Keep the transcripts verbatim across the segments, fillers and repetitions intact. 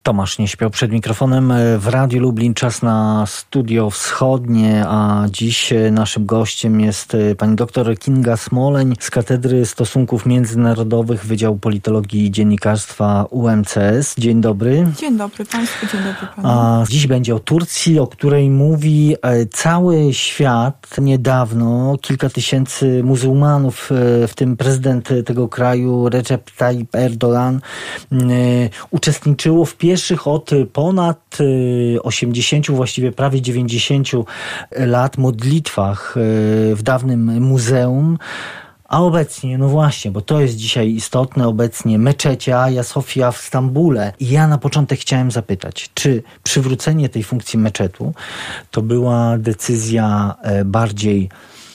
Tomasz nie śpiał przed mikrofonem w Radiu Lublin. Czas na Studio Wschodnie, a dziś naszym gościem jest pani doktor Kinga Smoleń z Katedry Stosunków Międzynarodowych Wydziału Politologii i Dziennikarstwa U M C S. Dzień dobry. Dzień dobry Państwu, dzień dobry Panu. A dziś będzie o Turcji, o której mówi cały świat. Niedawno kilka tysięcy muzułmanów, w tym prezydent tego kraju Recep Tayyip Erdoğan, uczestniczyło w pierwszych od ponad osiemdziesięciu, właściwie prawie dziewięćdziesięciu lat modlitwach w dawnym muzeum. A obecnie, no właśnie, bo to jest dzisiaj istotne, obecnie meczecie Hagia Sofia w Stambule. I ja na początek chciałem zapytać, czy przywrócenie tej funkcji meczetu to była decyzja bardziej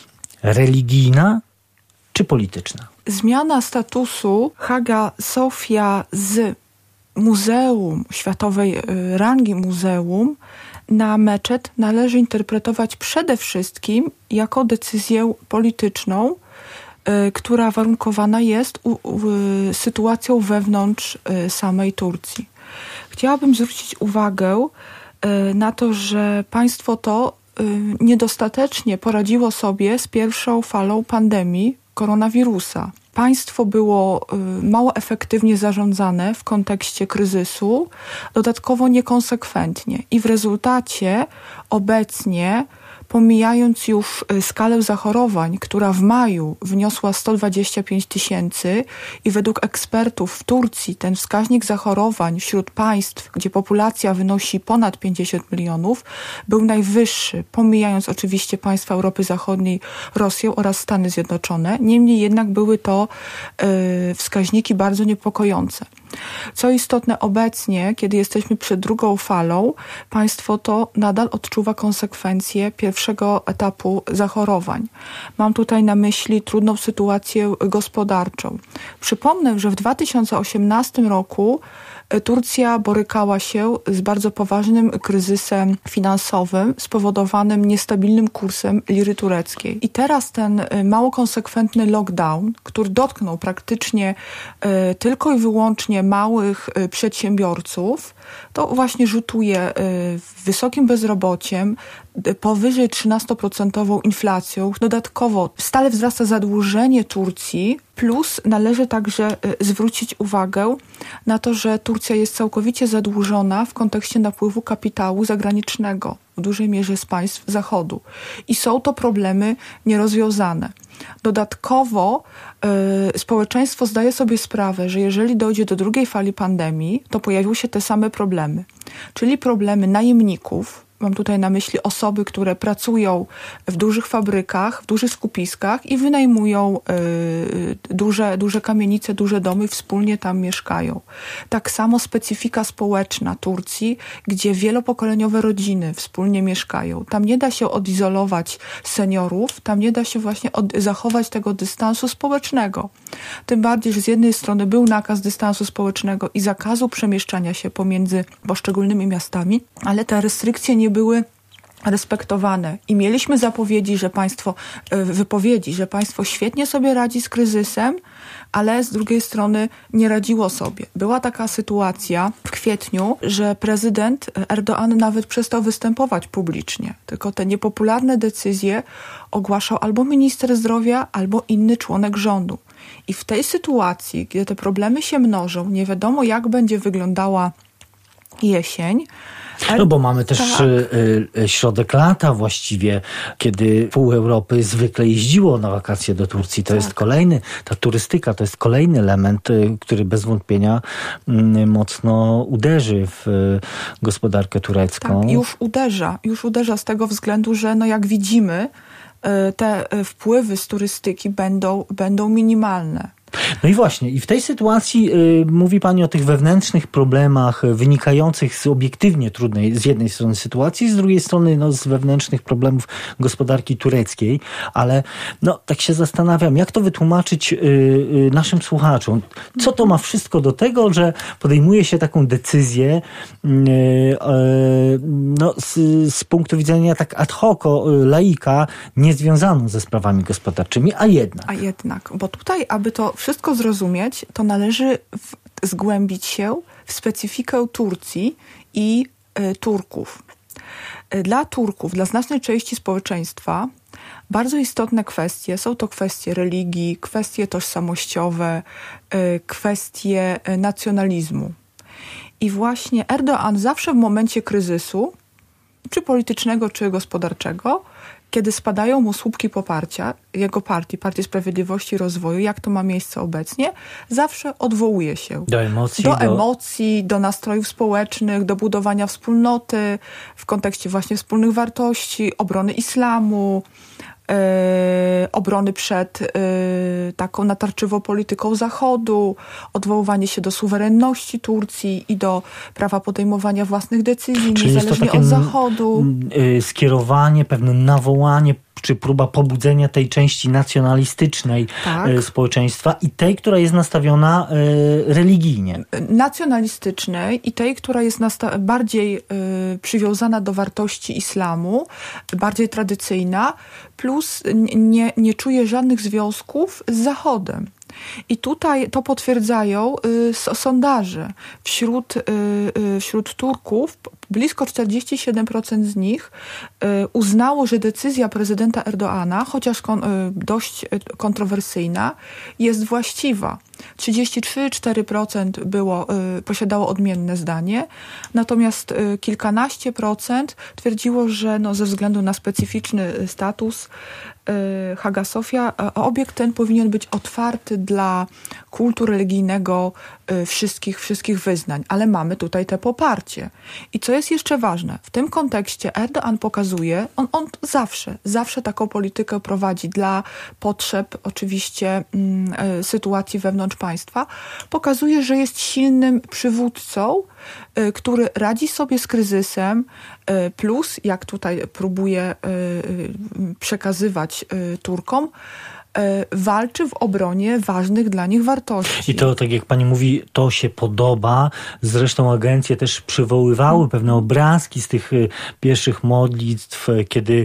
religijna czy polityczna? Zmiana statusu Hagia Sofia z muzeum, światowej rangi muzeum, na meczet należy interpretować przede wszystkim jako decyzję polityczną, y, która warunkowana jest u, u, sytuacją wewnątrz y, samej Turcji. Chciałabym zwrócić uwagę y, na to, że państwo to y, niedostatecznie poradziło sobie z pierwszą falą pandemii koronawirusa. Państwo było y, mało efektywnie zarządzane w kontekście kryzysu, dodatkowo niekonsekwentnie i w rezultacie obecnie, pomijając już skalę zachorowań, która w maju wyniosła sto dwadzieścia pięć tysięcy i według ekspertów w Turcji ten wskaźnik zachorowań wśród państw, gdzie populacja wynosi ponad pięćdziesiąt milionów, był najwyższy, pomijając oczywiście państwa Europy Zachodniej, Rosję oraz Stany Zjednoczone. Niemniej jednak były to y, wskaźniki bardzo niepokojące. Co istotne, obecnie, kiedy jesteśmy przed drugą falą, państwo to nadal odczuwa konsekwencje pierwszego etapu zachorowań. Mam tutaj na myśli trudną sytuację gospodarczą. Przypomnę, że w dwa tysiące osiemnastym roku Turcja borykała się z bardzo poważnym kryzysem finansowym spowodowanym niestabilnym kursem liry tureckiej. I teraz ten mało konsekwentny lockdown, który dotknął praktycznie y, tylko i wyłącznie małych y, przedsiębiorców, to właśnie rzutuje y, wysokim bezrobociem, y, powyżej trzynastoprocentową inflacją. Dodatkowo stale wzrasta zadłużenie Turcji, plus należy także y, zwrócić uwagę na to, że Turcja jest całkowicie zadłużona w kontekście napływu kapitału zagranicznego, w dużej mierze z państw Zachodu. I są to problemy nierozwiązane. Dodatkowo y, społeczeństwo zdaje sobie sprawę, że jeżeli dojdzie do drugiej fali pandemii, to pojawią się te same problemy, czyli problemy najemników. Mam tutaj na myśli osoby, które pracują w dużych fabrykach, w dużych skupiskach i wynajmują y, duże, duże kamienice, duże domy, wspólnie tam mieszkają. Tak samo specyfika społeczna Turcji, gdzie wielopokoleniowe rodziny wspólnie mieszkają. Tam nie da się odizolować seniorów, tam nie da się właśnie od, zachować tego dystansu społecznego. Tym bardziej, że z jednej strony był nakaz dystansu społecznego i zakazu przemieszczania się pomiędzy poszczególnymi miastami, ale te restrykcje nie były respektowane i mieliśmy zapowiedzi, że państwo, wypowiedzi, że państwo świetnie sobie radzi z kryzysem, ale z drugiej strony nie radziło sobie. Była taka sytuacja w kwietniu, że prezydent Erdoğan nawet przestał występować publicznie, tylko te niepopularne decyzje ogłaszał albo minister zdrowia, albo inny członek rządu. I w tej sytuacji, gdzie te problemy się mnożą, nie wiadomo jak będzie wyglądała jesień. No bo mamy też tak. y, środek lata właściwie, kiedy pół Europy zwykle jeździło na wakacje do Turcji. To tak. jest kolejny, ta turystyka to jest kolejny element, y, który bez wątpienia y, mocno uderzy w y, gospodarkę turecką. Tak, już uderza. Już uderza z tego względu, że no jak widzimy, y, te wpływy z turystyki będą, będą minimalne. No i właśnie, i w tej sytuacji y, mówi pani o tych wewnętrznych problemach wynikających z obiektywnie trudnej z jednej strony sytuacji, z drugiej strony no, z wewnętrznych problemów gospodarki tureckiej, ale no tak się zastanawiam, jak to wytłumaczyć y, y, naszym słuchaczom. Co to ma wszystko do tego, że podejmuje się taką decyzję y, y, no, z, z punktu widzenia tak ad hoc, laika, niezwiązaną ze sprawami gospodarczymi, a jednak. A jednak, bo tutaj, aby to wszystko zrozumieć, to należy w zgłębić się w specyfikę Turcji i y, Turków. Dla Turków, dla znacznej części społeczeństwa bardzo istotne kwestie są to kwestie religii, kwestie tożsamościowe, y, kwestie nacjonalizmu. I właśnie Erdoğan zawsze w momencie kryzysu, czy politycznego, czy gospodarczego, kiedy spadają mu słupki poparcia jego partii, Partii Sprawiedliwości i Rozwoju, jak to ma miejsce obecnie, zawsze odwołuje się do emocji, do, do... emocji, do nastrojów społecznych, do budowania wspólnoty w kontekście właśnie wspólnych wartości, obrony islamu, Yy, obrony przed yy, taką natarczywą polityką Zachodu, odwoływanie się do suwerenności Turcji i do prawa podejmowania własnych decyzji, czyli niezależnie jest to od takie Zachodu. Yy, skierowanie, pewne nawołanie, czy próba pobudzenia tej części nacjonalistycznej tak. yy, społeczeństwa i tej, która jest nastawiona yy, religijnie. Nacjonalistycznej i tej, która jest nasta- bardziej yy, przywiązana do wartości islamu, bardziej tradycyjna, plus nie, nie czuje żadnych związków z Zachodem. I tutaj to potwierdzają y, sondaże. Wśród, y, y, wśród Turków blisko czterdzieści siedem procent z nich y, uznało, że decyzja prezydenta Erdoğana, chociaż kon, y, dość kontrowersyjna, jest właściwa. trzydzieści trzy przecinek cztery procent było, y, posiadało odmienne zdanie, natomiast y, kilkanaście procent twierdziło, że no, ze względu na specyficzny status y, Hagia Sofia, obiekt ten powinien być otwarty dla kultu religijnego y, wszystkich, wszystkich wyznań, ale mamy tutaj te poparcie. I co jest jeszcze ważne, w tym kontekście Erdoğan pokazuje, on, on zawsze, zawsze taką politykę prowadzi dla potrzeb oczywiście y, sytuacji wewnątrz państwa, pokazuje, że jest silnym przywódcą, y, który radzi sobie z kryzysem, y, plus, jak tutaj próbuje y, y, przekazywać y, Turkom, walczy w obronie ważnych dla nich wartości. I to, tak jak pani mówi, to się podoba. Zresztą agencje też przywoływały pewne obrazki z tych pierwszych modlitw, kiedy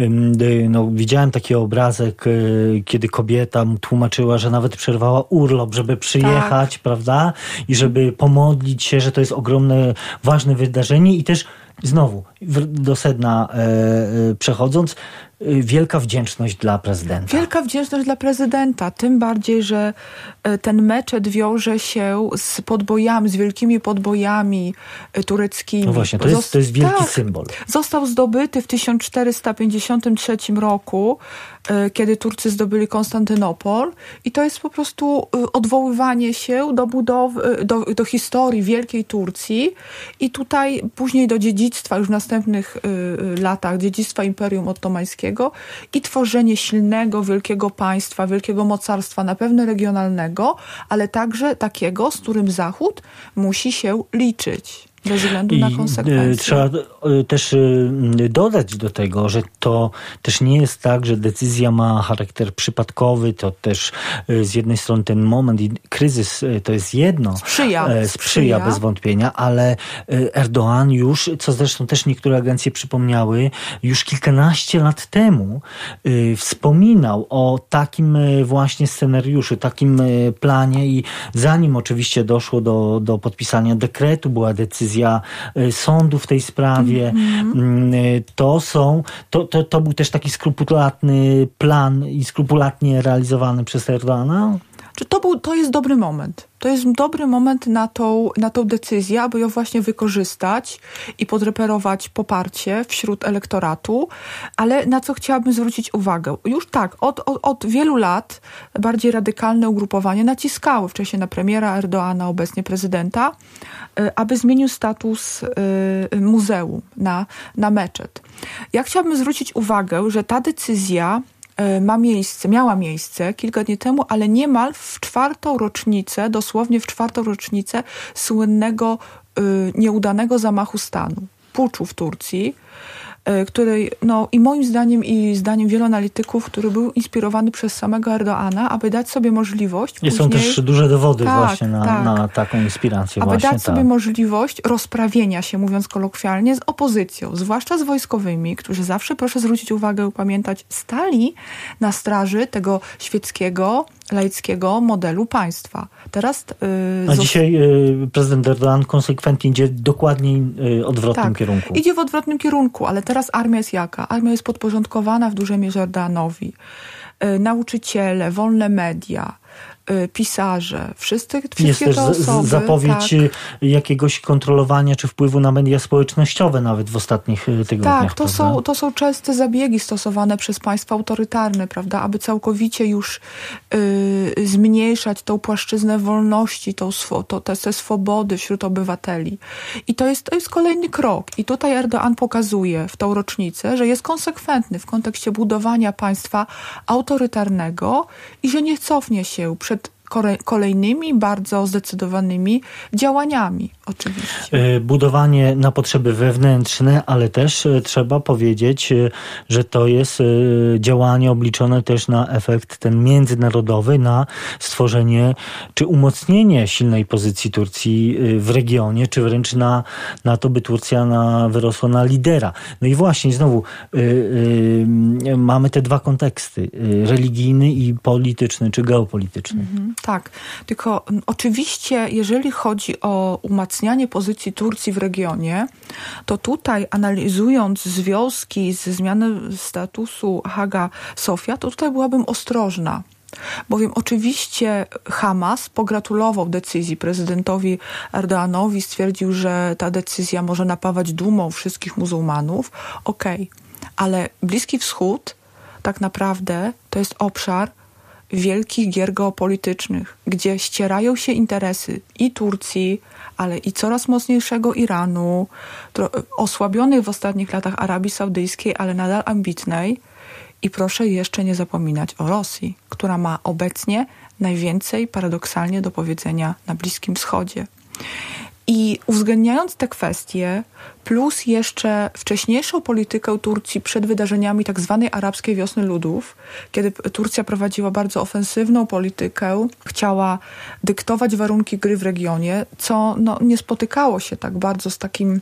no, widziałem taki obrazek, kiedy kobieta mu tłumaczyła, że nawet przerwała urlop, żeby przyjechać, tak. prawda? I żeby pomodlić się, że to jest ogromne, ważne wydarzenie i też znowu, do sedna e, e, przechodząc, e, wielka wdzięczność dla prezydenta. Wielka wdzięczność dla prezydenta, tym bardziej, że e, ten meczet wiąże się z podbojami, z wielkimi podbojami e, tureckimi. No właśnie, to jest, to jest wielki tak, symbol. Został zdobyty w tysiąc czterysta pięćdziesiątym trzecim roku, e, kiedy Turcy zdobyli Konstantynopol i to jest po prostu e, odwoływanie się do budowy, do, do historii wielkiej Turcji i tutaj później do dziedzictwa już w następnych y, latach, dziedzictwa Imperium Ottomańskiego i tworzenie silnego, wielkiego państwa, wielkiego mocarstwa, na pewno regionalnego, ale także takiego, z którym Zachód musi się liczyć. Bez względu na konsekwencje. Trzeba też dodać do tego, że to też nie jest tak, że decyzja ma charakter przypadkowy, to też z jednej strony ten moment i kryzys to jest jedno. Sprzyja. Sprzyja, Sprzyja bez wątpienia, ale Erdoğan już, co zresztą też niektóre agencje przypomniały, już kilkanaście lat temu wspominał o takim właśnie scenariuszu, takim planie i zanim oczywiście doszło do, do podpisania dekretu, była decyzja sądu w tej sprawie. Mm-hmm. To są, to, to, to był też taki skrupulatny plan i skrupulatnie realizowany przez Erdoğana? Czy to, był, to jest dobry moment. To jest dobry moment na tą, na tą decyzję, aby ją właśnie wykorzystać i podreperować poparcie wśród elektoratu, ale na co chciałabym zwrócić uwagę. Już tak, od, od, od wielu lat bardziej radykalne ugrupowanie naciskało wcześniej na premiera Erdoğana, obecnie prezydenta, aby zmienił status y, muzeum na, na meczet. Ja chciałabym zwrócić uwagę, że ta decyzja ma miejsce, miała miejsce kilka dni temu, ale niemal w czwartą rocznicę, dosłownie w czwartą rocznicę słynnego y, nieudanego zamachu stanu, puczu w Turcji, który, no i moim zdaniem i zdaniem wielu analityków, który był inspirowany przez samego Erdoana, aby dać sobie możliwość I później... są też duże dowody tak, właśnie na, tak. na taką inspirację. Aby właśnie, dać tak. sobie możliwość rozprawienia się, mówiąc kolokwialnie, z opozycją, zwłaszcza z wojskowymi, którzy zawsze, proszę zwrócić uwagę, pamiętać, stali na straży tego świeckiego, laickiego modelu państwa. Teraz... Yy, A dzisiaj yy, prezydent Erdoğan konsekwentnie idzie dokładnie yy, odwrotnym tak, kierunku. Idzie w odwrotnym kierunku, ale teraz armia jest jaka? Armia jest podporządkowana w dużej mierze Erdoğanowi. Yy, nauczyciele, wolne media, yy, pisarze, wszyscy, wszystkie jest też te osoby... Z, zapowiedź tak. jakiegoś kontrolowania czy wpływu na media społecznościowe nawet w ostatnich tygodniach. Tak, to są, to są częste zabiegi stosowane przez państwa autorytarne, prawda, aby całkowicie już yy, zmniejszać tą płaszczyznę wolności, tą, to, te, te swobody wśród obywateli. I to jest, to jest kolejny krok. I tutaj Erdoğan pokazuje w tą rocznicę, że jest konsekwentny w kontekście budowania państwa autorytarnego i że nie cofnie się przed kolejnymi, bardzo zdecydowanymi działaniami, oczywiście. Budowanie na potrzeby wewnętrzne, ale też trzeba powiedzieć, że to jest działanie obliczone też na efekt ten międzynarodowy, na stworzenie czy umocnienie silnej pozycji Turcji w regionie, czy wręcz na, na to, by Turcja na, wyrosła na lidera. No i właśnie znowu y, y, mamy te dwa konteksty, religijny i polityczny, czy geopolityczny. Mhm. Tak, tylko oczywiście jeżeli chodzi o umacnianie pozycji Turcji w regionie, to tutaj analizując związki ze zmianą statusu Haga Sofia, to tutaj byłabym ostrożna. Bowiem oczywiście Hamas pogratulował decyzji prezydentowi Erdoğanowi, stwierdził, że ta decyzja może napawać dumą wszystkich muzułmanów. Okej, okay. Ale Bliski Wschód tak naprawdę to jest obszar wielkich gier geopolitycznych, gdzie ścierają się interesy i Turcji, ale i coraz mocniejszego Iranu, osłabionych w ostatnich latach Arabii Saudyjskiej, ale nadal ambitnej. I proszę jeszcze nie zapominać o Rosji, która ma obecnie najwięcej paradoksalnie do powiedzenia na Bliskim Wschodzie. I uwzględniając te kwestie, plus jeszcze wcześniejszą politykę Turcji przed wydarzeniami tak zwanej arabskiej wiosny ludów, kiedy Turcja prowadziła bardzo ofensywną politykę, chciała dyktować warunki gry w regionie, co no, nie spotykało się tak bardzo z, takim,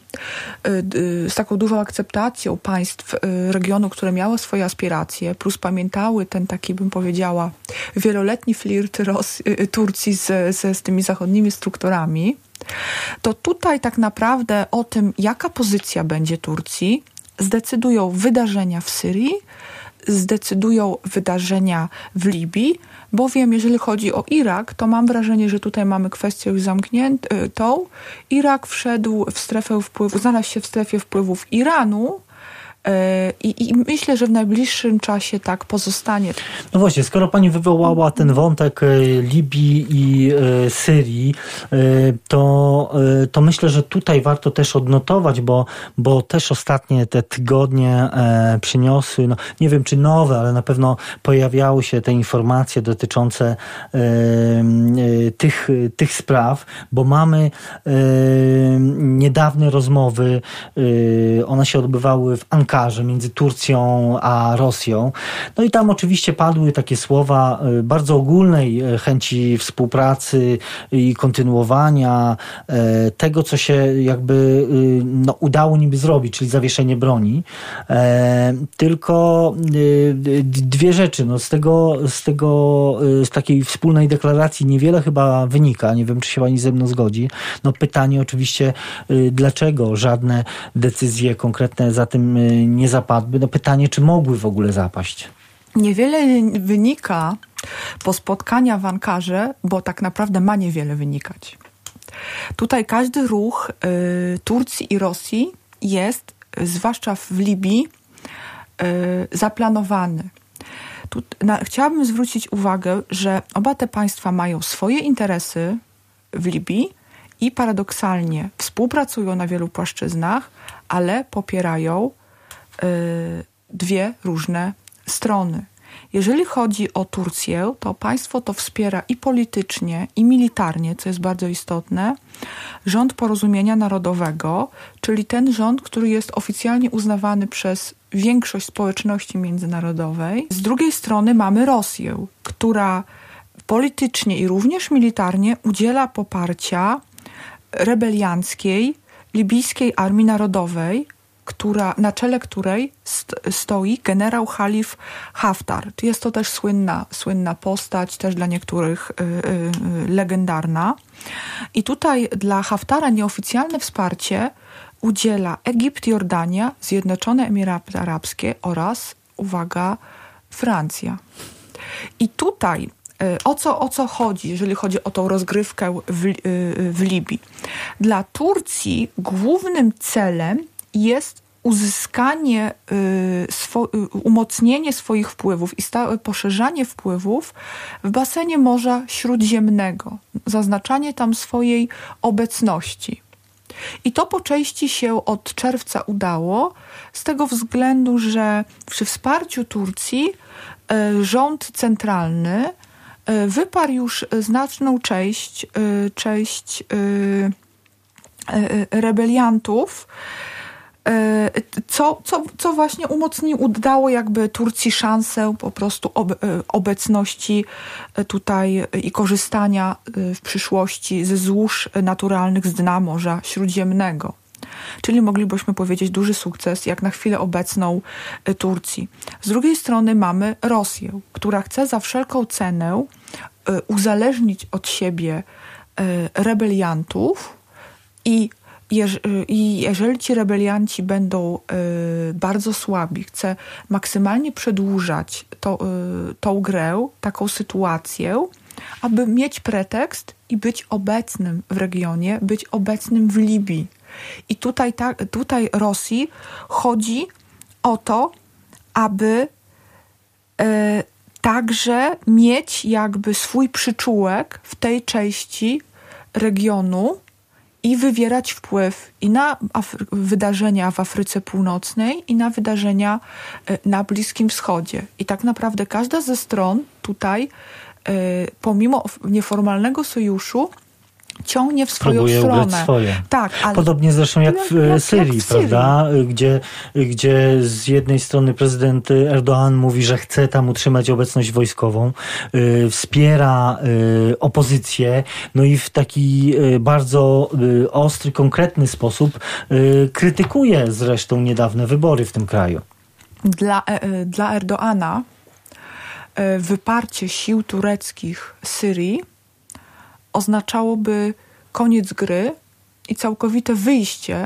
z taką dużą akceptacją państw regionu, które miały swoje aspiracje, plus pamiętały ten taki, bym powiedziała, wieloletni flirt Rosji, Turcji z, z, z tymi zachodnimi strukturami. To tutaj tak naprawdę o tym, jaka pozycja będzie Turcji, zdecydują wydarzenia w Syrii, zdecydują wydarzenia w Libii, bowiem jeżeli chodzi o Irak, to mam wrażenie, że tutaj mamy kwestię już zamkniętą. Irak wszedł w strefę wpływu, znalazł się w strefie wpływów Iranu, I, I myślę, że w najbliższym czasie tak pozostanie. No właśnie, skoro pani wywołała ten wątek Libii i e, Syrii, e, to, e, to myślę, że tutaj warto też odnotować, bo, bo też ostatnie te tygodnie e, przyniosły, no, nie wiem czy nowe, ale na pewno pojawiały się te informacje dotyczące e, e, tych, tych spraw, bo mamy e, niedawne rozmowy, e, one się odbywały w Ankarze, między Turcją a Rosją. No i tam oczywiście padły takie słowa bardzo ogólnej chęci współpracy i kontynuowania tego, co się jakby no, udało niby zrobić, czyli zawieszenie broni. Tylko dwie rzeczy. No, z tego, z tego, z takiej wspólnej deklaracji niewiele chyba wynika. Nie wiem, czy się pani ze mną zgodzi. No pytanie oczywiście, dlaczego żadne decyzje konkretne za tym nie zapadły. No pytanie, czy mogły w ogóle zapaść? Niewiele wynika po spotkaniach w Ankarze, bo tak naprawdę ma niewiele wynikać. Tutaj każdy ruch y, Turcji i Rosji jest, y, zwłaszcza w Libii, y, zaplanowany. Tu, na, chciałabym zwrócić uwagę, że oba te państwa mają swoje interesy w Libii i paradoksalnie współpracują na wielu płaszczyznach, ale popierają dwie różne strony. Jeżeli chodzi o Turcję, to państwo to wspiera i politycznie, i militarnie, co jest bardzo istotne, rząd Porozumienia Narodowego, czyli ten rząd, który jest oficjalnie uznawany przez większość społeczności międzynarodowej. Z drugiej strony mamy Rosję, która politycznie i również militarnie udziela poparcia rebelianckiej libijskiej Armii Narodowej, która, na czele której st- stoi generał Halif Haftar. Jest to też słynna, słynna postać, też dla niektórych y, y, legendarna. I tutaj dla Haftara nieoficjalne wsparcie udziela Egipt, Jordania, Zjednoczone Emiraty Arabskie oraz, uwaga, Francja. I tutaj o co, o co chodzi, jeżeli chodzi o tą rozgrywkę w, w Libii? Dla Turcji głównym celem jest uzyskanie, swo, umocnienie swoich wpływów i stałe poszerzanie wpływów w basenie Morza Śródziemnego, zaznaczanie tam swojej obecności. I to po części się od czerwca udało, z tego względu, że przy wsparciu Turcji rząd centralny wyparł już znaczną część, część rebeliantów, co, co, co właśnie umocniło, dało jakby Turcji szansę po prostu ob, obecności tutaj i korzystania w przyszłości ze złóż naturalnych z dna Morza Śródziemnego. Czyli moglibyśmy powiedzieć duży sukces jak na chwilę obecną Turcji. Z drugiej strony mamy Rosję, która chce za wszelką cenę uzależnić od siebie rebeliantów i I jeżeli ci rebelianci będą y, bardzo słabi, chce maksymalnie przedłużać to, y, tą grę, taką sytuację, aby mieć pretekst i być obecnym w regionie, być obecnym w Libii. I tutaj, ta, tutaj Rosji chodzi o to, aby y, także mieć jakby swój przyczółek w tej części regionu, i wywierać wpływ i na Afry- wydarzenia w Afryce Północnej, i na wydarzenia y, na Bliskim Wschodzie. I tak naprawdę każda ze stron tutaj, y, pomimo nieformalnego sojuszu, ciągnie w swoją próbuje stronę. Ugrać swoje. Tak, ale podobnie zresztą jak w jak, Syrii, jak w Syrii, prawda? Gdzie, gdzie z jednej strony prezydent Erdoğan mówi, że chce tam utrzymać obecność wojskową, y, wspiera y, opozycję, no i w taki y, bardzo y, ostry, konkretny sposób y, krytykuje zresztą niedawne wybory w tym kraju. Dla, y, dla Erdoğana y, wyparcie sił tureckich z Syrii oznaczałoby koniec gry i całkowite wyjście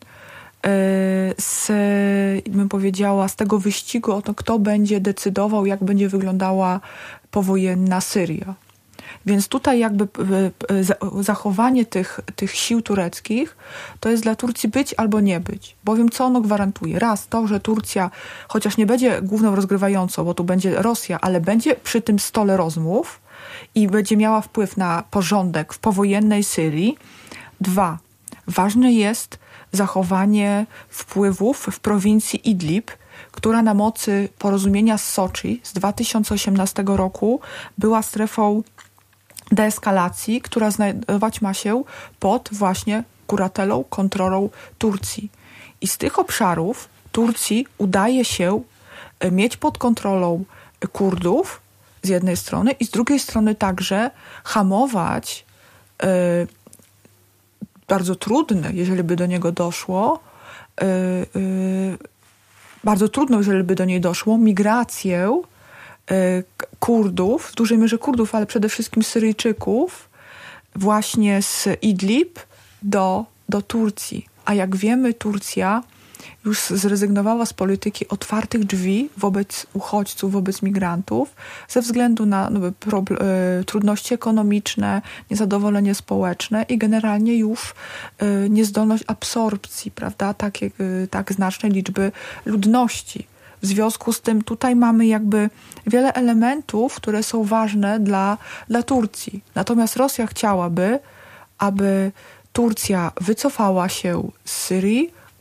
z, bym powiedziała, z tego wyścigu o to, kto będzie decydował, jak będzie wyglądała powojenna Syria. Więc tutaj jakby zachowanie tych, tych sił tureckich to jest dla Turcji być albo nie być. Bowiem co ono gwarantuje? Raz to, że Turcja, chociaż nie będzie główną rozgrywającą, bo tu będzie Rosja, ale będzie przy tym stole rozmów i będzie miała wpływ na porządek w powojennej Syrii. Dwa, ważne jest zachowanie wpływów w prowincji Idlib, która na mocy porozumienia z Soczi z dwa tysiące osiemnastego roku była strefą deeskalacji, która znajdować ma się pod właśnie kuratelą, kontrolą Turcji. I z tych obszarów Turcji udaje się mieć pod kontrolą Kurdów z jednej strony i z drugiej strony także hamować y, bardzo trudne, jeżeli by do niego doszło, y, y, bardzo trudno, jeżeli by do niej doszło, migrację y, Kurdów, w dużej mierze Kurdów, ale przede wszystkim Syryjczyków, właśnie z Idlib do, do Turcji. A jak wiemy, Turcja już zrezygnowała z polityki otwartych drzwi wobec uchodźców, wobec migrantów, ze względu na no, problem, y, trudności ekonomiczne, niezadowolenie społeczne i generalnie już y, niezdolność absorpcji, prawda, tak, y, tak znacznej liczby ludności. W związku z tym tutaj mamy jakby wiele elementów, które są ważne dla, dla Turcji. Natomiast Rosja chciałaby, aby Turcja wycofała się z Syrii,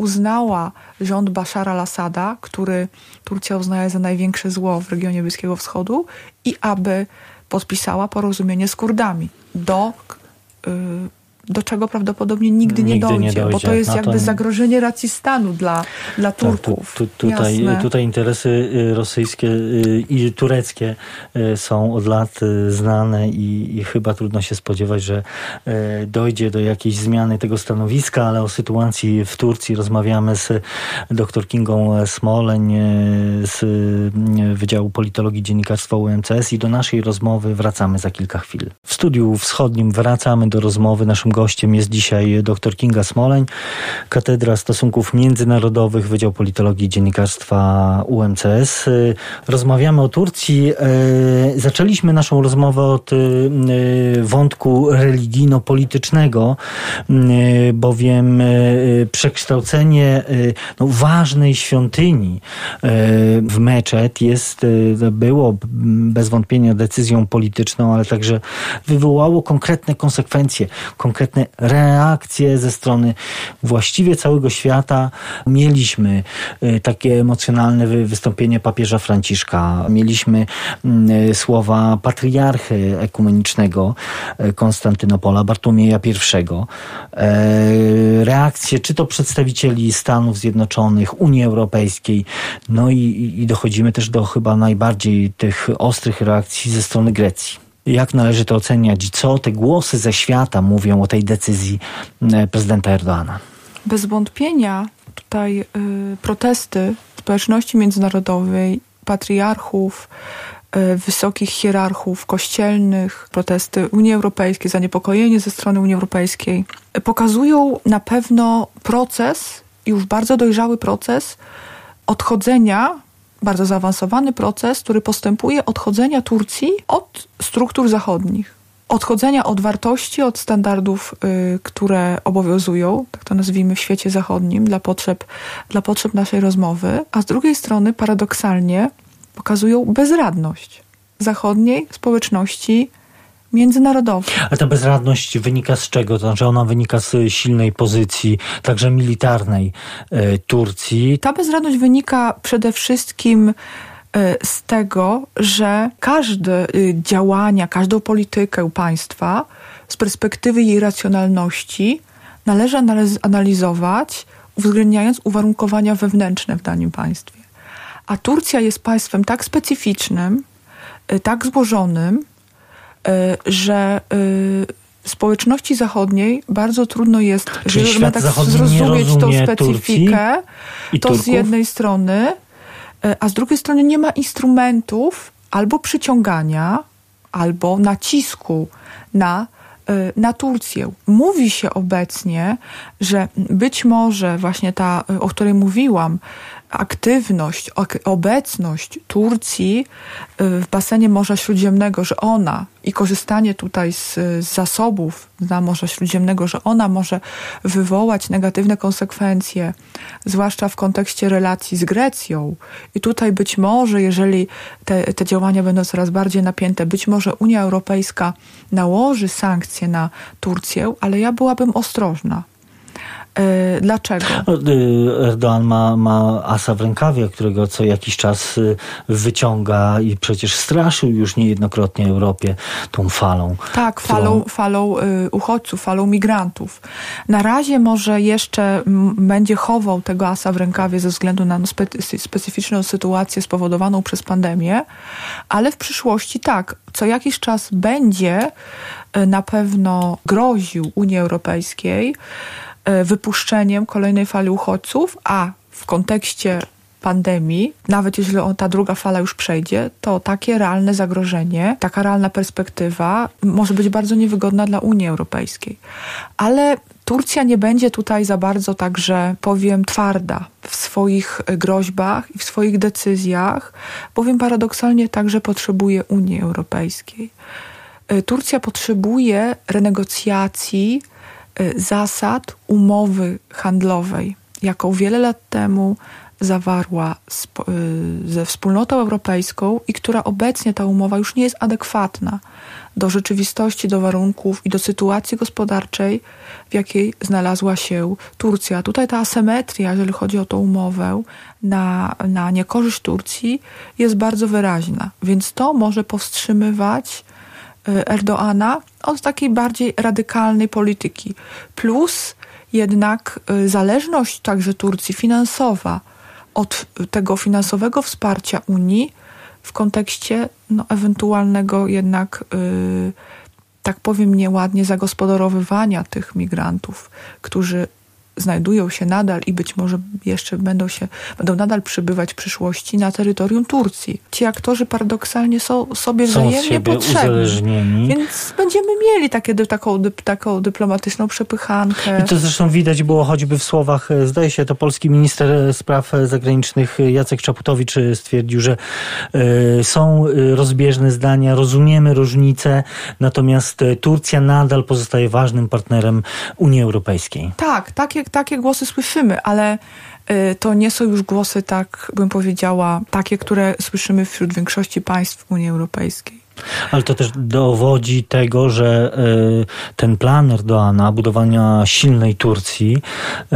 uznała rząd Baszara al-Assada, który Turcja uznaje za największe zło w regionie Bliskiego Wschodu, i aby podpisała porozumienie z Kurdami, do, yy, do czego prawdopodobnie nigdy nie, nigdy dojdzie, nie dojdzie, bo to jest no jakby to... zagrożenie racji stanu dla, dla Turków. Tu, tu, tutaj, tutaj interesy rosyjskie i tureckie są od lat znane i, i chyba trudno się spodziewać, że dojdzie do jakiejś zmiany tego stanowiska, ale o sytuacji w Turcji rozmawiamy z dr Kingą Smoleń z Wydziału Politologii i Dziennikarstwa U M C S i do naszej rozmowy wracamy za kilka chwil. W studiu wschodnim wracamy do rozmowy. Naszym gościem jest dzisiaj dr Kinga Smoleń, Katedra Stosunków Międzynarodowych, Wydział Politologii i Dziennikarstwa U M C S. Rozmawiamy o Turcji. Zaczęliśmy naszą rozmowę od wątku religijno-politycznego, bowiem przekształcenie no, ważnej świątyni w meczet jest, było bez wątpienia decyzją polityczną, ale także wywołało konkretne konsekwencje, konkretne reakcje ze strony właściwie całego świata. Mieliśmy takie emocjonalne wystąpienie papieża Franciszka. Mieliśmy słowa patriarchy ekumenicznego Konstantynopola, Bartłomieja pierwszego. Reakcje czy to przedstawicieli Stanów Zjednoczonych, Unii Europejskiej, no i, i dochodzimy też do chyba najbardziej tych ostrych reakcji ze strony Grecji. Jak należy to oceniać? Co te głosy ze świata mówią o tej decyzji prezydenta Erdoana? Bez wątpienia tutaj y, protesty społeczności międzynarodowej, patriarchów, y, wysokich hierarchów kościelnych, protesty Unii Europejskiej, zaniepokojenie ze strony Unii Europejskiej y, pokazują na pewno proces, już bardzo dojrzały proces odchodzenia, bardzo zaawansowany proces, który postępuje odchodzenia Turcji od struktur zachodnich. Odchodzenia od wartości, od standardów, y, które obowiązują, tak to nazwijmy, w świecie zachodnim dla potrzeb, dla potrzeb naszej rozmowy, a z drugiej strony paradoksalnie pokazują bezradność zachodniej społeczności międzynarodowej. A ta bezradność wynika z czego? To znaczy ona wynika z silnej pozycji, także militarnej y, Turcji. Ta bezradność wynika przede wszystkim z tego, że każde działania, każdą politykę państwa z perspektywy jej racjonalności należy analizować, uwzględniając uwarunkowania wewnętrzne w danym państwie. A Turcja jest państwem tak specyficznym, tak złożonym, że społeczności zachodniej bardzo trudno jest, Czyli żeby tak zrozumieć tą specyfikę, to Turków? Z jednej strony, a z drugiej strony nie ma instrumentów albo przyciągania, albo nacisku na, na Turcję. Mówi się obecnie, że być może właśnie ta, o której mówiłam, aktywność, obecność Turcji w basenie Morza Śródziemnego, że ona i korzystanie tutaj z, z zasobów na Morza Śródziemnego, że ona może wywołać negatywne konsekwencje, zwłaszcza w kontekście relacji z Grecją. I tutaj być może, jeżeli te, te działania będą coraz bardziej napięte, być może Unia Europejska nałoży sankcje na Turcję, ale ja byłabym ostrożna. Dlaczego? Erdoğan ma, ma asa w rękawie, którego co jakiś czas wyciąga i przecież straszył już niejednokrotnie Europie tą falą. Tak, którą... falą, falą uchodźców, falą migrantów. Na razie może jeszcze będzie chował tego asa w rękawie ze względu na spe- specyficzną sytuację spowodowaną przez pandemię, ale w przyszłości tak, co jakiś czas będzie na pewno groził Unii Europejskiej wypuszczeniem kolejnej fali uchodźców, a w kontekście pandemii, nawet jeśli ta druga fala już przejdzie, to takie realne zagrożenie, taka realna perspektywa może być bardzo niewygodna dla Unii Europejskiej. Ale Turcja nie będzie tutaj za bardzo, także powiem, twarda w swoich groźbach i w swoich decyzjach, bowiem paradoksalnie także potrzebuje Unii Europejskiej. Turcja potrzebuje renegocjacji zasad umowy handlowej, jaką wiele lat temu zawarła ze Wspólnotą Europejską i która obecnie ta umowa już nie jest adekwatna do rzeczywistości, do warunków i do sytuacji gospodarczej, w jakiej znalazła się Turcja. Tutaj ta asymetria, jeżeli chodzi o tą umowę, na, na niekorzyść Turcji jest bardzo wyraźna. Więc to może powstrzymywać Erdoana od takiej bardziej radykalnej polityki. Plus jednak zależność także Turcji finansowa od tego finansowego wsparcia Unii w kontekście no, ewentualnego jednak, yy, tak powiem nieładnie, zagospodarowywania tych migrantów, którzy znajdują się nadal i być może jeszcze będą się, będą nadal przybywać w przyszłości na terytorium Turcji. Ci aktorzy paradoksalnie są sobie są wzajemnie potrzebni. Uzależnieni. Więc będziemy mieli takie, taką, taką dyplomatyczną przepychankę. I to zresztą widać było choćby w słowach, zdaje się, to polski minister spraw zagranicznych Jacek Czaputowicz stwierdził, że y, są rozbieżne zdania, rozumiemy różnice, natomiast Turcja nadal pozostaje ważnym partnerem Unii Europejskiej. Tak, takie Takie głosy słyszymy, ale y, to nie są już głosy, tak bym powiedziała, takie, które słyszymy wśród większości państw Unii Europejskiej. Ale to też dowodzi tego, że y, ten plan Erdoana budowania silnej Turcji, y,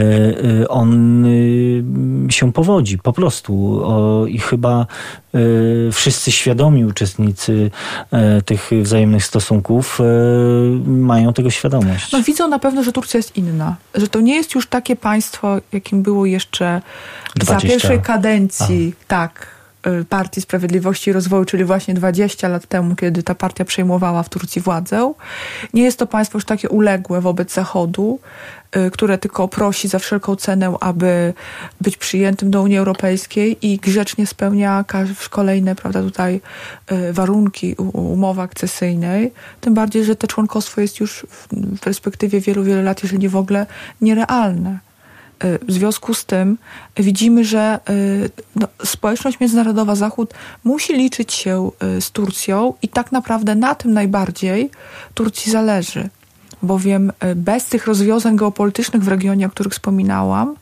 y, on y, się powodzi po prostu. O, I chyba y, wszyscy świadomi uczestnicy y, tych wzajemnych stosunków y, mają tego świadomość. No widzą na pewno, że Turcja jest inna. Że to nie jest już takie państwo, jakim było jeszcze za pierwszej kadencji. A. Tak. Partii Sprawiedliwości i Rozwoju, czyli właśnie dwadzieścia lat temu, kiedy ta partia przejmowała w Turcji władzę. Nie jest to państwo już takie uległe wobec Zachodu, które tylko prosi za wszelką cenę, aby być przyjętym do Unii Europejskiej i grzecznie spełnia kolejne, prawda, tutaj warunki umowy akcesyjnej. Tym bardziej, że to członkostwo jest już w perspektywie wielu, wielu lat, jeżeli nie w ogóle, nierealne. W związku z tym widzimy, że no, społeczność międzynarodowa, Zachód musi liczyć się z Turcją i tak naprawdę na tym najbardziej Turcji zależy. Bowiem bez tych rozwiązań geopolitycznych w regionie, o których wspominałam,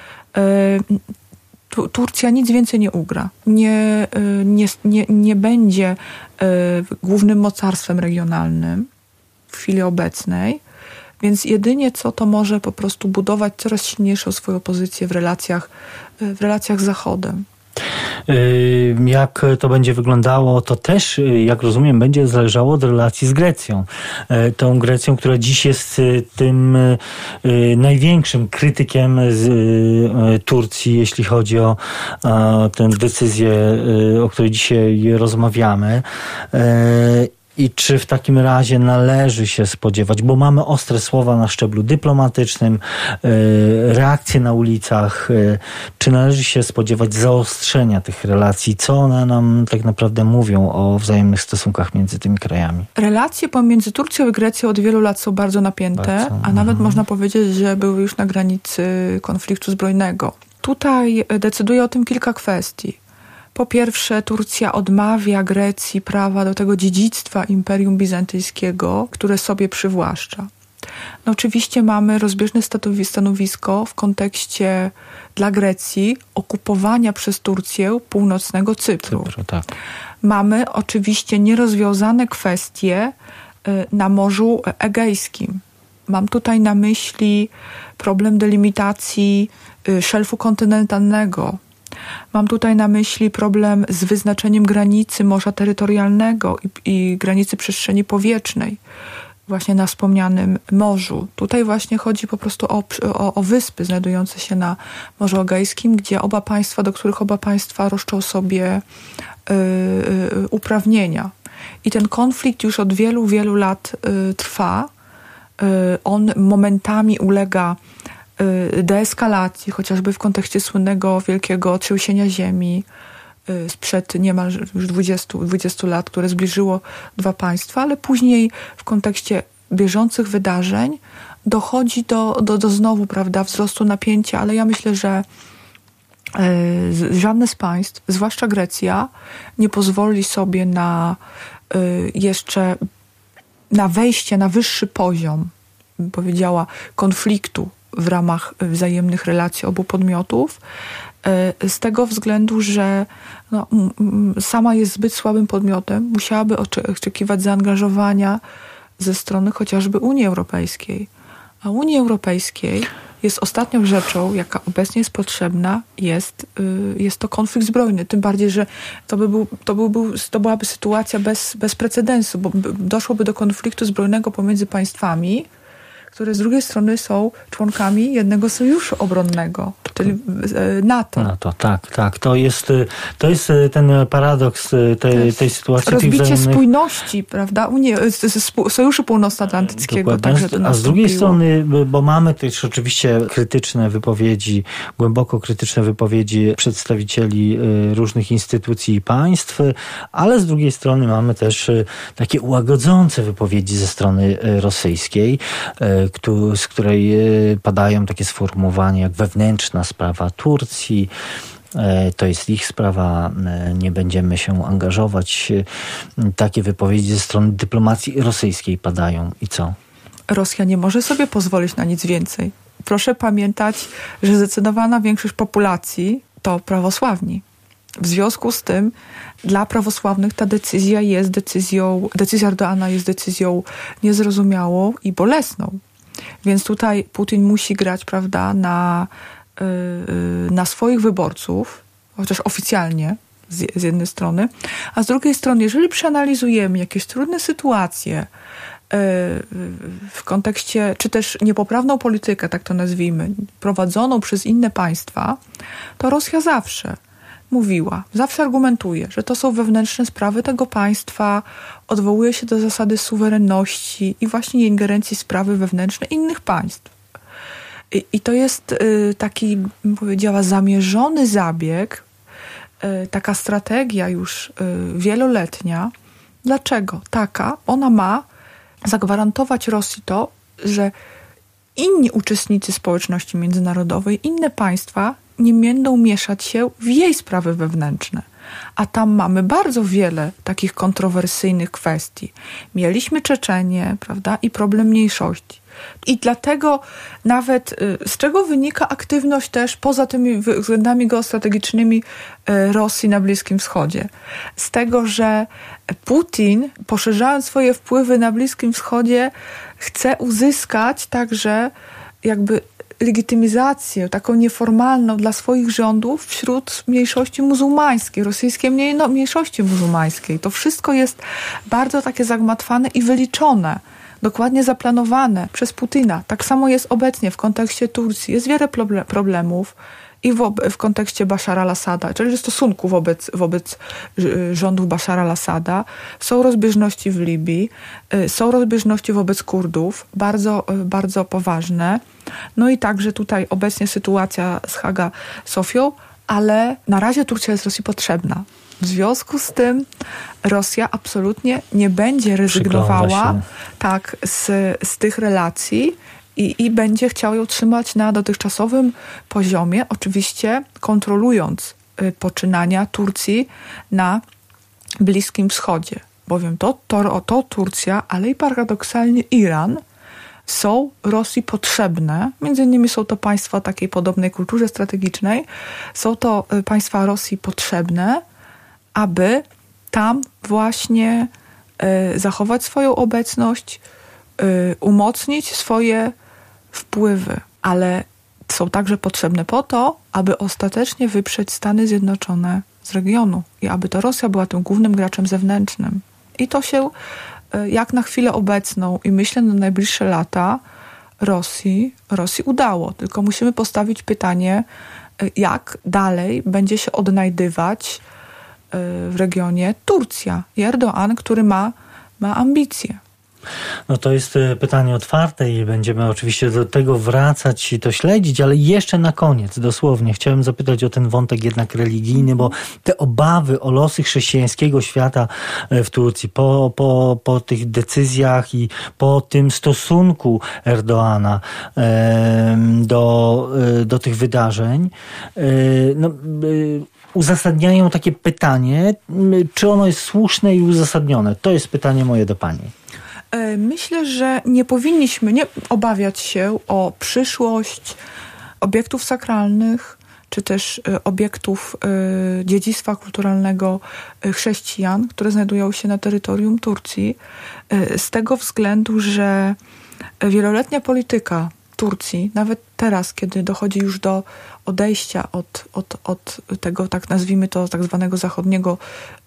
Turcja nic więcej nie ugra. Nie, nie, nie, nie będzie głównym mocarstwem regionalnym w chwili obecnej. Więc jedynie co to może po prostu budować coraz silniejszą swoją pozycję w relacjach, w relacjach z Zachodem. Jak to będzie wyglądało, to też, jak rozumiem, będzie zależało od relacji z Grecją. Tą Grecją, która dziś jest tym największym krytykiem z Turcji, jeśli chodzi o tę decyzję, o której dzisiaj rozmawiamy. I czy w takim razie należy się spodziewać, bo mamy ostre słowa na szczeblu dyplomatycznym, reakcje na ulicach, czy należy się spodziewać zaostrzenia tych relacji? Co one nam tak naprawdę mówią o wzajemnych stosunkach między tymi krajami? Relacje pomiędzy Turcją i Grecją od wielu lat są bardzo napięte, bardzo. a nawet mhm. można powiedzieć, że były już na granicy konfliktu zbrojnego. Tutaj decyduje o tym kilka kwestii. Po pierwsze, Turcja odmawia Grecji prawa do tego dziedzictwa Imperium Bizantyjskiego, które sobie przywłaszcza. No oczywiście mamy rozbieżne stanowisko w kontekście dla Grecji okupowania przez Turcję północnego Cypru. Cypru, tak. Mamy oczywiście nierozwiązane kwestie na Morzu Egejskim. Mam tutaj na myśli problem delimitacji szelfu kontynentalnego. Mam tutaj na myśli problem z wyznaczeniem granicy morza terytorialnego i, i granicy przestrzeni powietrznej właśnie na wspomnianym morzu. Tutaj właśnie chodzi po prostu o, o, o wyspy znajdujące się na Morzu Egejskim, gdzie oba państwa, do których oba państwa roszczą sobie y, y, uprawnienia. I ten konflikt już od wielu, wielu lat y, trwa. Y, on momentami ulega deeskalacji, chociażby w kontekście słynnego wielkiego trzęsienia ziemi sprzed niemal już dwudziestu lat, które zbliżyło dwa państwa, ale później w kontekście bieżących wydarzeń dochodzi do, do, do znowu, prawda, wzrostu napięcia, ale ja myślę, że żadne z państw, zwłaszcza Grecja, nie pozwoli sobie na jeszcze na wejście na wyższy poziom, bym powiedziała, konfliktu w ramach wzajemnych relacji obu podmiotów, z tego względu, że no, sama jest zbyt słabym podmiotem, musiałaby oczekiwać zaangażowania ze strony chociażby Unii Europejskiej. A Unii Europejskiej jest ostatnią rzeczą, jaka obecnie jest potrzebna, jest, jest to konflikt zbrojny. Tym bardziej, że to, by był, to, by był, to byłaby sytuacja bez, bez precedensu, bo doszłoby do konfliktu zbrojnego pomiędzy państwami, które z drugiej strony są członkami jednego sojuszu obronnego, czyli NATO. NATO, tak, tak. To jest, to jest ten paradoks tej, tej sytuacji. Rozbicie tych wzajemnych... spójności, prawda? Unie, Sojuszu Północnoatlantyckiego. Także to A z drugiej strony, bo mamy też oczywiście krytyczne wypowiedzi, głęboko krytyczne wypowiedzi przedstawicieli różnych instytucji i państw, ale z drugiej strony mamy też takie łagodzące wypowiedzi ze strony rosyjskiej, z której padają takie sformułowania jak wewnętrzna sprawa Turcji, to jest ich sprawa, nie będziemy się angażować. Takie wypowiedzi ze strony dyplomacji rosyjskiej padają. I co? Rosja nie może sobie pozwolić na nic więcej. Proszę pamiętać, że zdecydowana większość populacji to prawosławni. W związku z tym dla prawosławnych ta decyzja jest decyzją, decyzja Erdoana jest decyzją niezrozumiałą i bolesną. Więc tutaj Putin musi grać, prawda, na, yy, na swoich wyborców, chociaż oficjalnie z, z jednej strony, a z drugiej strony, jeżeli przeanalizujemy jakieś trudne sytuacje yy, w kontekście, czy też niepoprawną politykę, tak to nazwijmy, prowadzoną przez inne państwa, to Rosja zawsze mówiła, zawsze argumentuje, że to są wewnętrzne sprawy tego państwa, odwołuje się do zasady suwerenności i właśnie ingerencji w sprawy wewnętrzne innych państw. I, i to jest y, taki, bym powiedziała, zamierzony zabieg, y, taka strategia już y, wieloletnia. Dlaczego? Taka, ona ma zagwarantować Rosji to, że inni uczestnicy społeczności międzynarodowej, inne państwa nie będą mieszać się w jej sprawy wewnętrzne. A tam mamy bardzo wiele takich kontrowersyjnych kwestii. Mieliśmy Czeczenię, prawda, i problem mniejszości. I dlatego nawet z czego wynika aktywność też poza tymi względami geostrategicznymi Rosji na Bliskim Wschodzie? Z tego, że Putin, poszerzając swoje wpływy na Bliskim Wschodzie, chce uzyskać także jakby legitymizację taką nieformalną dla swoich rządów wśród mniejszości muzułmańskiej, rosyjskiej mniejszości muzułmańskiej. To wszystko jest bardzo takie zagmatwane i wyliczone, dokładnie zaplanowane przez Putina. Tak samo jest obecnie w kontekście Turcji. Jest wiele problemów i w, w kontekście Bashara al-Assada, czyli w stosunku wobec, wobec rządów Bashara al-Assada. Są rozbieżności w Libii, są rozbieżności wobec Kurdów, bardzo, bardzo poważne. No i także tutaj obecnie sytuacja z Haga Sofią, ale na razie Turcja jest Rosji potrzebna. W związku z tym Rosja absolutnie nie będzie rezygnowała tak, z, z tych relacji i, i będzie chciała ją trzymać na dotychczasowym poziomie, oczywiście kontrolując y, poczynania Turcji na Bliskim Wschodzie. Bowiem to, to, to Turcja, ale i paradoksalnie Iran są Rosji potrzebne. Między innymi są to państwa o takiej podobnej kulturze strategicznej. Są to y, państwa Rosji potrzebne, aby tam właśnie y, zachować swoją obecność, y, umocnić swoje wpływy. Ale są także potrzebne po to, aby ostatecznie wyprzeć Stany Zjednoczone z regionu i aby to Rosja była tym głównym graczem zewnętrznym. I to się y, jak na chwilę obecną i myślę na najbliższe lata Rosji, Rosji udało. Tylko musimy postawić pytanie, y, jak dalej będzie się odnajdywać w regionie Turcja i Erdoğan, który ma, ma ambicje. No to jest pytanie otwarte i będziemy oczywiście do tego wracać i to śledzić, ale jeszcze na koniec, dosłownie, chciałem zapytać o ten wątek jednak religijny, bo te obawy o losy chrześcijańskiego świata w Turcji, po, po, po tych decyzjach i po tym stosunku Erdoğana e, do, e, do tych wydarzeń, e, no, e, uzasadniają takie pytanie, czy ono jest słuszne i uzasadnione. To jest pytanie moje do pani. Myślę, że nie powinniśmy nie obawiać się o przyszłość obiektów sakralnych, czy też obiektów dziedzictwa kulturalnego chrześcijan, które znajdują się na terytorium Turcji, z tego względu, że wieloletnia polityka Turcji, nawet teraz, kiedy dochodzi już do odejścia od, od, od tego, tak nazwijmy to, tak zwanego zachodniego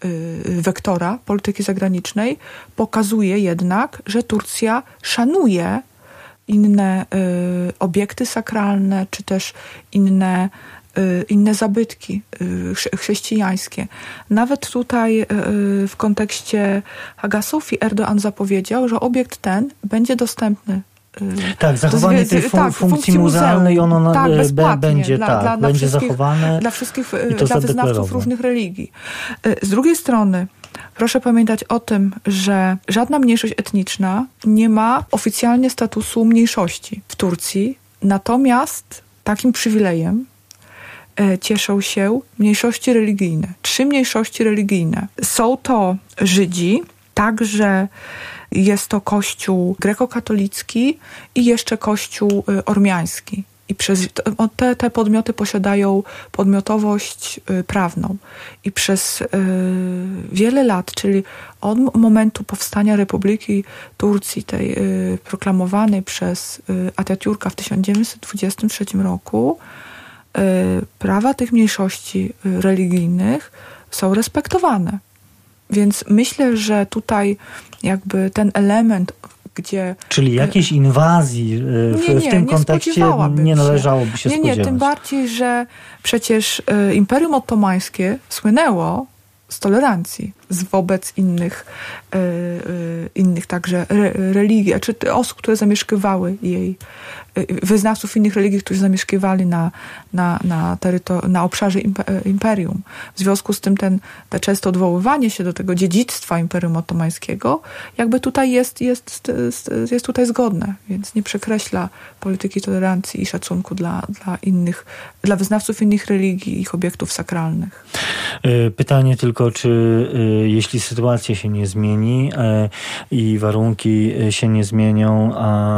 wektora polityki zagranicznej, pokazuje jednak, że Turcja szanuje inne y, obiekty sakralne, czy też inne, y, inne zabytki y, chrześcijańskie. Nawet tutaj y, w kontekście Hagia Sofii Erdoğan zapowiedział, że obiekt ten będzie dostępny. Y, tak, zachowanie tej fun- tak, funkcji, funkcji muzealnej, ono tak, b- będzie, dla, tak, dla, dla będzie zachowane. Dla wszystkich, dla wyznawców różnych religii. Y, z drugiej strony, proszę pamiętać o tym, że żadna mniejszość etniczna nie ma oficjalnie statusu mniejszości w Turcji, natomiast takim przywilejem e, cieszą się mniejszości religijne. Trzy mniejszości religijne. Są to Żydzi, także jest to kościół grekokatolicki i jeszcze kościół e, ormiański. I przez te, te podmioty posiadają podmiotowość y, prawną. I przez y, wiele lat, czyli od momentu powstania Republiki Turcji, tej y, proklamowanej przez y, Atatürka w tysiąc dziewięćset dwudziestym trzecim roku, y, prawa tych mniejszości y, religijnych są respektowane. Więc myślę, że tutaj jakby ten element, gdzie... Czyli jakiejś inwazji w, nie, nie, w tym nie kontekście nie należałoby się nie, spodziewać. Nie, tym bardziej, że przecież y, Imperium Ottomańskie słynęło z tolerancji z wobec innych, y, y, innych także re, religii, czy osób, które zamieszkiwały jej, y, wyznawców innych religii, którzy zamieszkiwali na, na, na, terytor- na obszarze imperium. W związku z tym ten, te często odwoływanie się do tego dziedzictwa Imperium Ottomańskiego jakby tutaj jest, jest, jest tutaj zgodne, więc nie przekreśla polityki tolerancji i szacunku dla, dla innych, dla wyznawców innych religii i ich obiektów sakralnych. Pytanie tylko, czy jeśli sytuacja się nie zmieni i warunki się nie zmienią,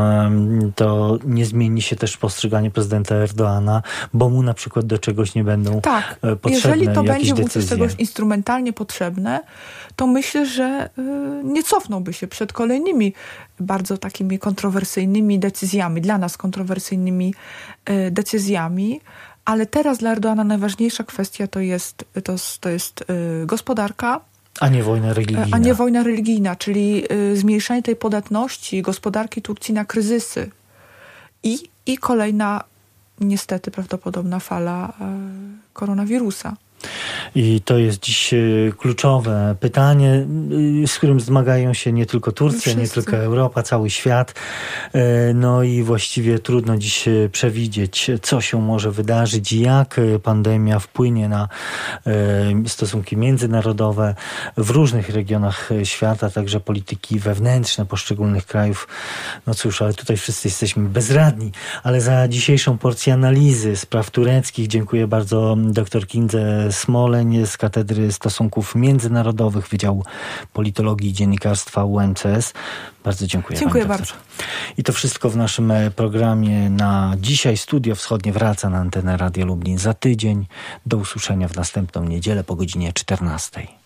to nie zmieni się też postrzeganie prezydenta Erdoğana, bo mu na przykład do czegoś nie będą tak, potrzebne jeżeli to jakieś będzie decyzje. mu czegoś instrumentalnie potrzebne, to myślę, że nie cofnąłby się przed kolejnymi bardzo takimi kontrowersyjnymi decyzjami, dla nas kontrowersyjnymi decyzjami. Ale teraz dla Erdoğana najważniejsza kwestia to jest, to, to jest y, gospodarka, a nie wojna religijna. A nie wojna religijna, czyli y, zmniejszenie tej podatności gospodarki Turcji na kryzysy. I, i kolejna, niestety, prawdopodobna fala y, koronawirusa. I to jest dziś kluczowe pytanie, z którym zmagają się nie tylko Turcja, nie tylko Europa, cały świat. No i właściwie trudno dziś przewidzieć, co się może wydarzyć, jak pandemia wpłynie na stosunki międzynarodowe w różnych regionach świata, także polityki wewnętrzne poszczególnych krajów. No cóż, ale tutaj wszyscy jesteśmy bezradni. Ale za dzisiejszą porcję analizy spraw tureckich dziękuję bardzo dr Kindze Smoleń z Katedry Stosunków Międzynarodowych Wydziału Politologii i Dziennikarstwa U M C S. Bardzo dziękuję. Dziękuję bardzo. I to wszystko w naszym programie na dzisiaj. Studio Wschodnie wraca na antenę Radia Lublin za tydzień. Do usłyszenia w następną niedzielę po godzinie czternastej.